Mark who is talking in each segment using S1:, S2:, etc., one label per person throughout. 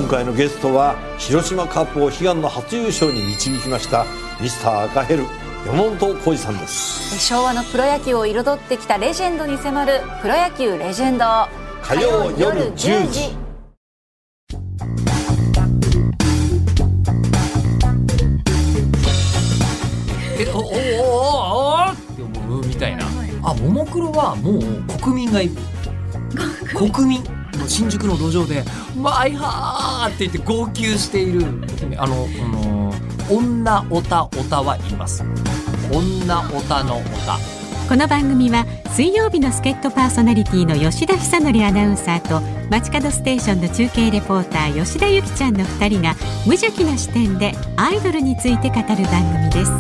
S1: 回のゲストは広島カップを悲願の初優勝に導きましたミスター赤ヘル山本浩二さんです。
S2: 昭和のプロ野球を彩ってきたレジェンドに迫るプロ野球レジェンド、
S1: 火曜夜10時。
S3: おって思うみたいな。あ、ももクロはもう国民がいる。国民新宿の路上でマイハーって言って号泣している女オタオタはいます。女オタのオタ。
S4: この番組は水曜日の助っ人パーソナリティの吉田久典アナウンサーと街角ステーションの中継レポーター吉田ゆきちゃんの2人が無邪気な視点でアイドルについて語る番組です。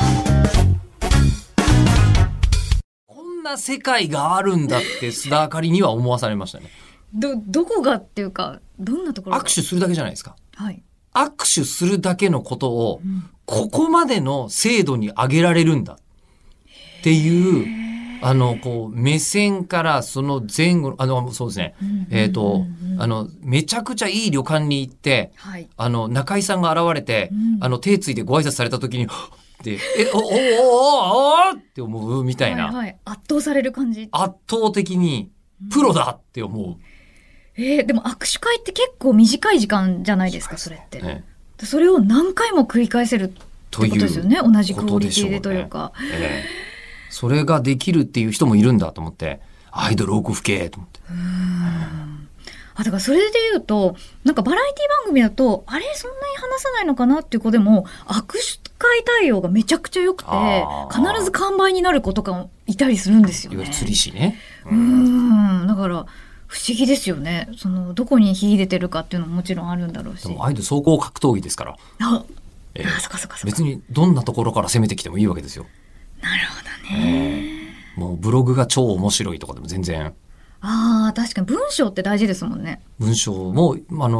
S3: こんな世界があるんだって須田あかりには思わされましたね。
S5: どこがっていうか、どんなところが。
S3: 握手するだけじゃないですか。
S5: はい。
S3: 握手するだけのことを、ここまでの精度に上げられるんだっていう、こう、目線からその前後、そうですね。めちゃくちゃいい旅館に行って、はい、中井さんが現れて、手ついてご挨拶された時に、で、おって思うみたいな。
S5: はいはい。圧倒される感じ。
S3: 圧倒的に、プロだって思う。
S5: でも握手会って結構短い時間じゃないですか、それって。それを何回も繰り返せるってことですよね。同じクオリティでというか。
S3: それができるっていう人もいるんだと思って、アイドル奥吹けと思って。
S5: だからそれで言うと、なんかバラエティ番組だと、あれそんなに話さないのかなっていう子でも、握手会対応がめちゃくちゃ良くて、必ず完売になる子とかもいたりするんですよね。
S3: いわゆる釣り師ね。
S5: だから不思議ですよね。どこに秀でてるかっていうのももちろんあるんだろうし。
S3: でもアイドル総合格闘技ですから。
S5: そかそか。
S3: 別にどんなところから攻めてきてもいいわけですよ。
S5: なるほどね。
S3: もうブログが超面白いとかでも全然。
S5: 確かに文章って大事ですもんね。
S3: 文章も、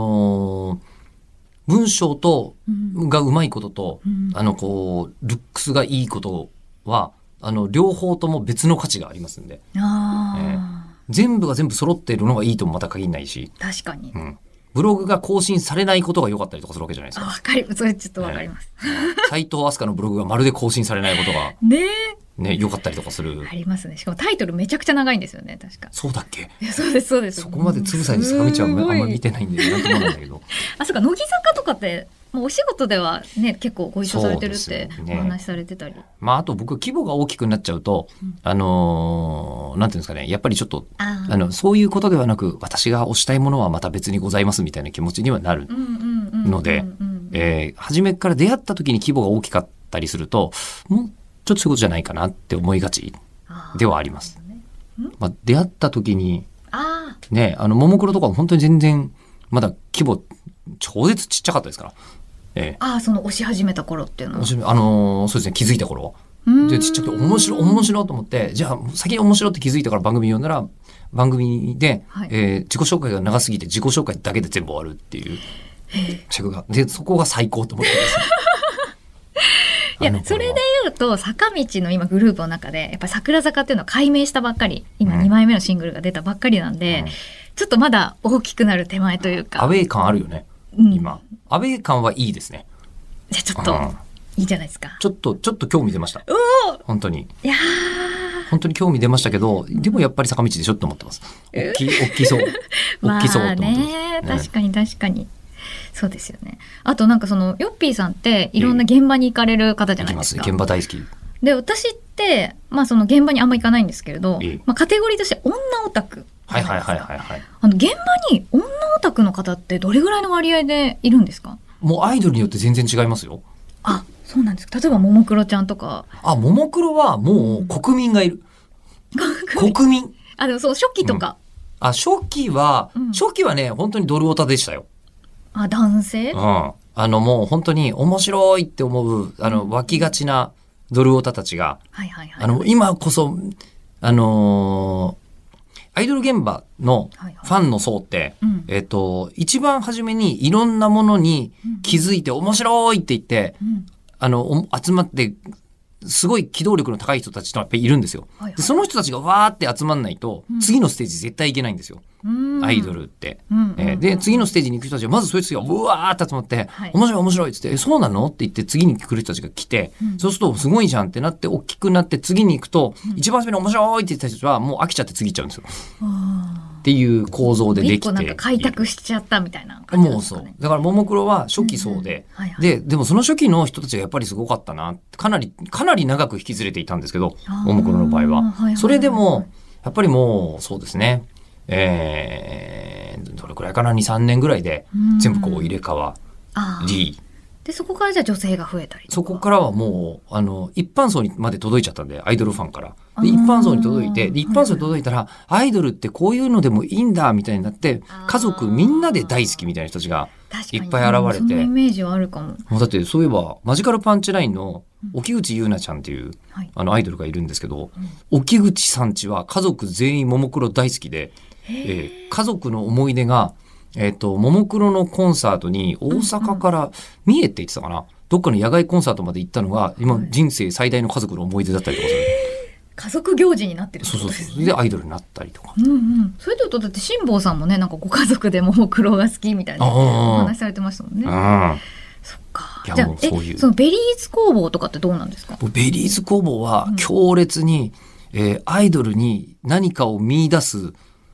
S3: 文章と、がうまいことと、こう、ルックスがいいことは、両方とも別の価値がありますんで。全部が全部揃っているのがいいともまた限らないし。
S5: 確かに。
S3: ブログが更新されないことが良かったりとかするわけじゃないですか。
S5: それちょっとわかります。
S3: 斉藤飛鳥のブログがまるで更新されないことが。ね、良かったりとかする。
S5: ありますね。しかもタイトルめちゃくちゃ長いんですよね、確か。
S3: そうだっけ？
S5: そうです、そうです。
S3: そこまでつぶさに坂道はあんまり見てないんで、なんともなんだけど。
S5: そうか、乃木坂とかって、もうお仕事ではね、結構ご一緒されてるってお話しされてたり。
S3: あと僕、規模が大きくなっちゃうと、なんていうんですかね、やっぱりちょっと、そういうことではなく、私が推したいものはまた別にございますみたいな気持ちにはなるので、初めから出会った時に規模が大きかったりすると、もうちょっとそういうことじゃないかなって思いがちではあります。出会った時に、ね、ももクロとか本当に全然、まだ規模、超絶ちっちゃかったですから。
S5: その推し始めた頃っていうのは。
S3: そうですね、気づいた頃。で、ちっちゃくて面白いと思って、じゃあ、先に面白いって気づいたから番組読んだら、番組で、自己紹介が長すぎて自己紹介だけで全部終わるっていう尺が。で、そこが最高と思ってます。
S5: いや、それで言うと、坂道の今グループの中で、やっぱり桜坂っていうのを改名したばっかり、今2枚目のシングルが出たばっかりなんで、ちょっとまだ大きくなる手前というか。
S3: アウェー感あるよね、今。アウェー感はいいですね。
S5: じゃあちょっと、いいじゃないですか。
S3: ちょっと興味出ました。本当に。
S5: いや
S3: 本当に興味出ましたけど、でもやっぱり坂道でしょって思ってます。大きそう。大きそうって思ってます。
S5: 確かに確かに。そうですよね。あとなんかヨッピーさんっていろんな現場に行かれる方じゃないですか。
S3: 現場大好き。
S5: で、私って、その現場にあんま行かないんですけれど、カテゴリーとして女オタク。
S3: はい。現場
S5: に女オタクの方ってどれぐらいの割合でいるんですか？
S3: もうアイドルによって全然違いますよ。
S5: そうなんですか。例えばももクロちゃんとか。
S3: ももクロはもう国民がいる。国民。
S5: でもそう、初期とか。
S3: 初期はね、本当にドルオタでしたよ。
S5: 男性？
S3: もう本当に面白いって思う、湧きがちなドルオタたちが、今こそ、アイドル現場のファンの層って、一番初めにいろんなものに気づいて面白いって言って、集まって、すごい機動力の高い人たちとやっぱりいるんですよ。でその人たちがわーって集まんないと、次のステージ絶対いけないんですよ。 アイドルって。
S5: うん
S3: で、次のステージに行く人たちが、まずそういう人がうわーって集まって、
S5: はい
S3: 面白い面白いっつって、そうなのって言って次に来る人たちが来て、そうするとすごいじゃんってなって大きくなって次に行くと、一番初めに面白いって言った人たちはもう飽きちゃって次行っちゃうんですよ。っていう構造でできている。
S5: 一個なんか開拓しちゃったみたいな感じなん
S3: もう
S5: ですかね。
S3: そう。だから、ももクロは初期そうで、
S5: はいはい
S3: でもその初期の人たちがやっぱりすごかったな。かなり長く引きずれていたんですけど、ももクロの場合は。
S5: はいはいはい
S3: それでも、やっぱりもう、そうですね。どれくらいかな 2,3 年ぐらいで全部こう入れ替わ
S5: あー
S3: り、
S5: で、そこからじゃあ女性が増えたりとか。
S3: そこからはもう、一般層にまで届いちゃったんで、アイドルファンから。で、
S5: あー
S3: 一般層に届いて、で、一般層に
S5: はいはい
S3: 届いたら、アイドルってこういうのでもいいんだ、みたいになって
S5: あー、
S3: 家族みんなで大好きみたいな人たちが
S5: 確かに
S3: いっぱい現れ
S5: そのイ
S3: て、
S5: メージはあるかも。
S3: もうだってそういえば、マジカルパンチラインの沖口優奈ちゃんっていう、
S5: はい
S3: アイドルがいるんですけど、沖口さんちは家族全員ももクロ大好きで、家族の思い出が、ももクロのコンサートに大阪から三重って言ってたかな、どっかの野外コンサートまで行ったのが今人生最大の家族の思い出だったりとかする。
S5: 家族行事になってるって
S3: そうそうそう。
S5: ことですね。
S3: でアイドルになったりとか。
S5: うんうん。それで言うとだって辛坊さんもねなんかご家族でももクロが好きみたいな
S3: ああ
S5: お話しされてましたもんね。
S3: うん。
S5: そっか。
S3: いや
S5: じゃあ
S3: もうそういう
S5: そのベリーズ工房とかってどうなんですか。
S3: ベリーズ工房は強烈に、アイドルに何かを見出す、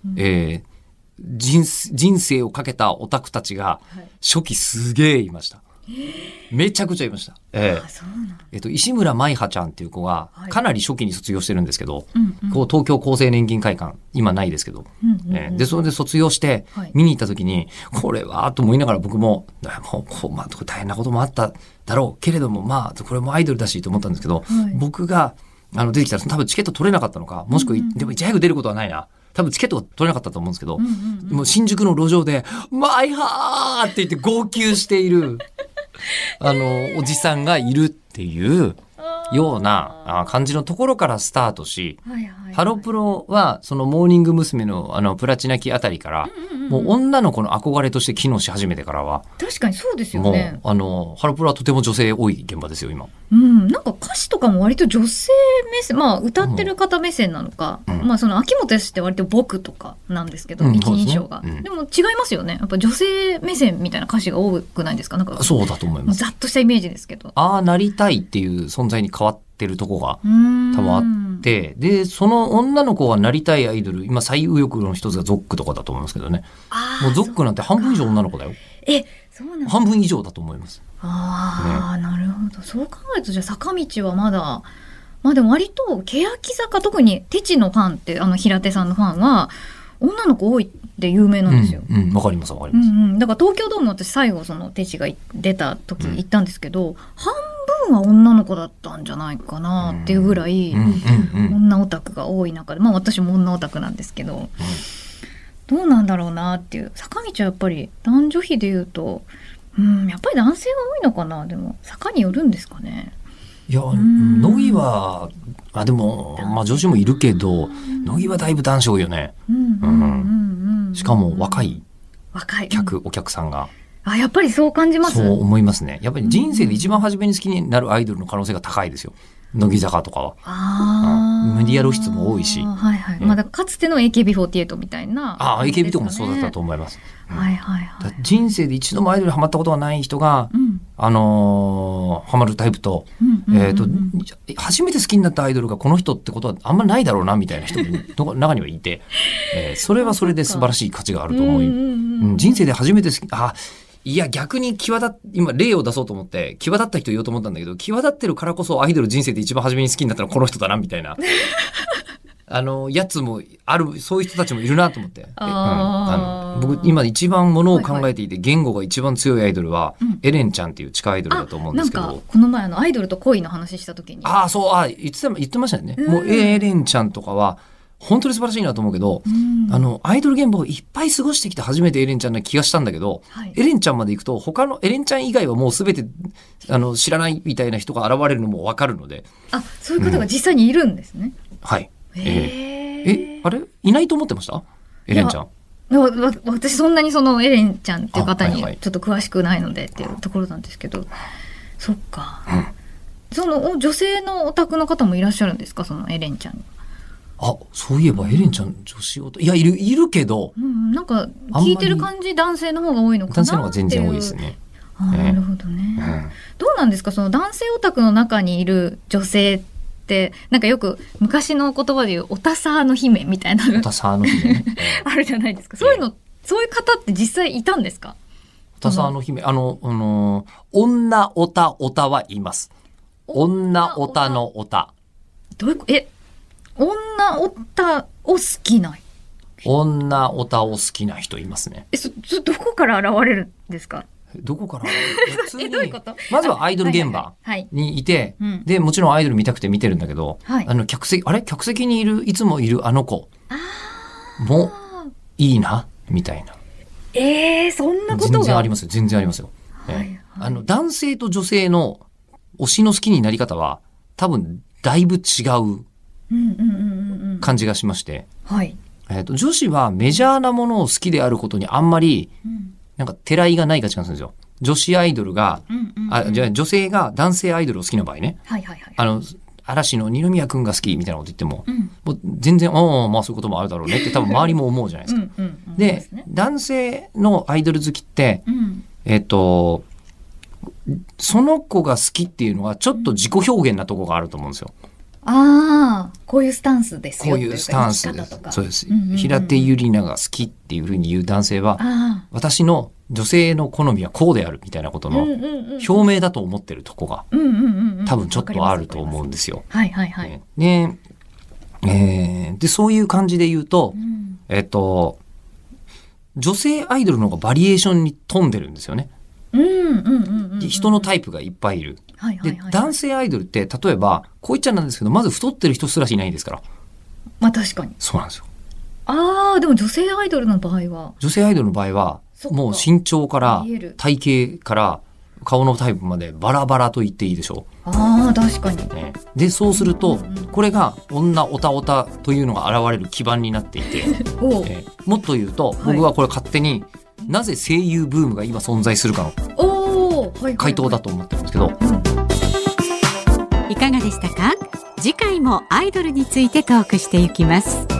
S3: 人生をかけたオタクたちが初期すげえいました。めちゃくちゃいました。
S5: あ、そうなんだ。
S3: 石村舞葉ちゃんっていう子が
S5: はい
S3: かなり初期に卒業してるんですけど、
S5: うんうん
S3: こう東京厚生年金会館今ないですけど、でそれで卒業して
S5: はい
S3: 見に行った時に、これはと思いながら僕もまあ、大変なこともあっただろうけれども、まあこれもアイドルだしと思ったんですけど、
S5: はい
S3: 僕が出てきたら多分チケット取れなかったのか、もしくは、でもいち早く出ることはないな。多分チケットが取れなかったと思うんですけど、もう新宿の路上で「マイハー!」って言って号泣しているおじさんがいるっていうような感じのところからスタートし、
S5: はいはいはい
S3: ハロプロはそのモーニング娘。のプラチナ期あたりから、もう女の子の憧れとして機能し始めてからは、
S5: 確かにそうですよ
S3: もう
S5: ね。
S3: ハロプロはとても女性多い現場ですよ今。
S5: うん、なんか歌詞とかも割と女性目線、まあ歌ってる方目線なのか、まあその秋元康って割と僕とかなんですけど、一人称が、
S3: そうですね
S5: でも違いますよね。やっぱ女性目線みたいな歌詞が多くないですか。なんか
S3: そうだと思います。
S5: ざっとしたイメージですけど。
S3: ああなりたいっていう存在に変わってるとこが多分あって、でその女の子がなりたいアイドル、今最右翼の一つがゾックとかだと思いますけどね。もうゾックなんて半分以上女の子だよ。
S5: そうなんだ。
S3: 半分以上だと思います。
S5: ああ、なるほど。そう考えるとじゃあ坂道はまだまあでも割と欅坂、特にテチのファンって平手さんのファンは女の子多いって有名なんですよ。
S3: わかりますわかります。
S5: だから東京ドーム私最後そのテチが出た時行ったんですけど、半分は女の子だったんじゃないかなっていうぐらい女オタクが多い中で、まあ私も女オタクなんですけど、どうなんだろうなっていう。坂道はやっぱり男女比で言うと、やっぱり男性が多いのかな。でも坂によるんですかね。
S3: いや乃木はでもまあ女子もいるけど、乃木はだいぶ男子多いよね。しかも若いお客さんが。
S5: あ、やっぱりそう感じます。
S3: そう思いますね。やっぱり人生で一番初めに好きになるアイドルの可能性が高いですよ。乃木坂とかは。メディア露出も多いし。
S5: はいはい。まだかつての AKB48 みたいな。
S3: AKB とかもそうだったと思います。
S5: はいはいはい。
S3: 人生で一度もアイドルにハマったことがない人が、ハマるタイプと、初めて好きになったアイドルがこの人ってことはあんまりないだろうなみたいな人も中にはいて、それはそれで素晴らしい価値があると思い、人生で初めて好き、いや逆に今例を出そうと思って際立った人言おうと思ったんだけど、際立ってるからこそアイドル人生で一番初めに好きになったのはこの人だなみたいなやつもある、そういう人たちもいるなと思って。僕今一番ものを考えていて、言語が一番強いアイドルは、エレンちゃんっていう地下アイドルだと思うんですけど。
S5: なんかこの前アイドルと恋の話した時に。
S3: 言ってましたよね。もうエレンちゃんとかは本当に素晴らしいなと思うけど、アイドル現場をいっぱい過ごしてきて初めてエレンちゃんな気がしたんだけど、エレンちゃんまで行くと他のエレンちゃん以外はもう全て知らないみたいな人が現れるのも分かるので。
S5: そういう方が実際にいるんですね。
S3: はい。あれいないと思ってましたエレンちゃん。
S5: 私そんなにそのエレンちゃんっていう方にちょっと詳しくないのでっていうところなんですけど、そっか、その女性のオタクの方もいらっしゃるんですか、そのエレンちゃんに。
S3: あ、そういえばエレンちゃん女子オタ、いや、いるけど、
S5: なんか聞いてる感じ男性の方が多いのかな。
S3: 男性の方が全然多いですね。
S5: なるほどね、どうなんですか、その男性オタクの中にいる女性ってなんかよく昔の言葉で言うオタサーの姫みたいな
S3: オタサーの姫、ね、
S5: あるじゃないですか。そういう方って実際いたんですか？
S3: オタサーの姫、女オタはいます。女オタのオタ。
S5: どういう女オタを好きな
S3: 女オタを好きな人いますね。
S5: どこから現れるんですか？
S3: どこから普通に
S5: どういうこと？
S3: まずはアイドル現場にいて、でもちろんアイドル見たくて見てるんだけど、客席にいつもいるあの子もいいなみたいな。
S5: そんなことが
S3: 全然ありますよ。全然ありますよ。男性と女性の推しの好きになり方は多分だいぶ違う感じがしまして、女子はメジャーなものを好きであることにあんまりなんかてらいがない感じがするんですよ。女子アイドルが、じゃあ女性が男性アイドルを好きな場合ね、嵐の二宮くんが好きみたいなこと言っても、もう全然まあそういうこともあるだろうねって多分周りも思うじゃないですか。で、男性のアイドル好きって、その子が好きっていうのはちょっと自己表現なとこがあると思うんですよ。
S5: こういうスタンスですよ。
S3: こういうスタンスです。そうです。平手友梨奈が好きっていうふうに言う男性は、私の女性の好みはこうであるみたいなことの表明だと思ってるとこが多分ちょっとあると思うんですよ。で、そういう感じで言うと、女性アイドルの方がバリエーションに富んでるんですよね。人のタイプがいっぱいいる。で、男性アイドルって例えばこう言っちゃなんですけど、まず太ってる人すらいないですから。
S5: まあ確かに。
S3: そうなんですよ。
S5: でも女性アイドルの場合はもう身長から体型から顔のタイプまでバラバラと言っていいでしょう。確かに。
S3: で、そうすると、これが女オタオタというのが現れる基盤になっていて、もっと言うと、僕はこれ勝手になぜ声優ブームが今存在するかの回答だと思ってるんですけど、
S4: いかがでしたか？次回もアイドルについてトークしていきます。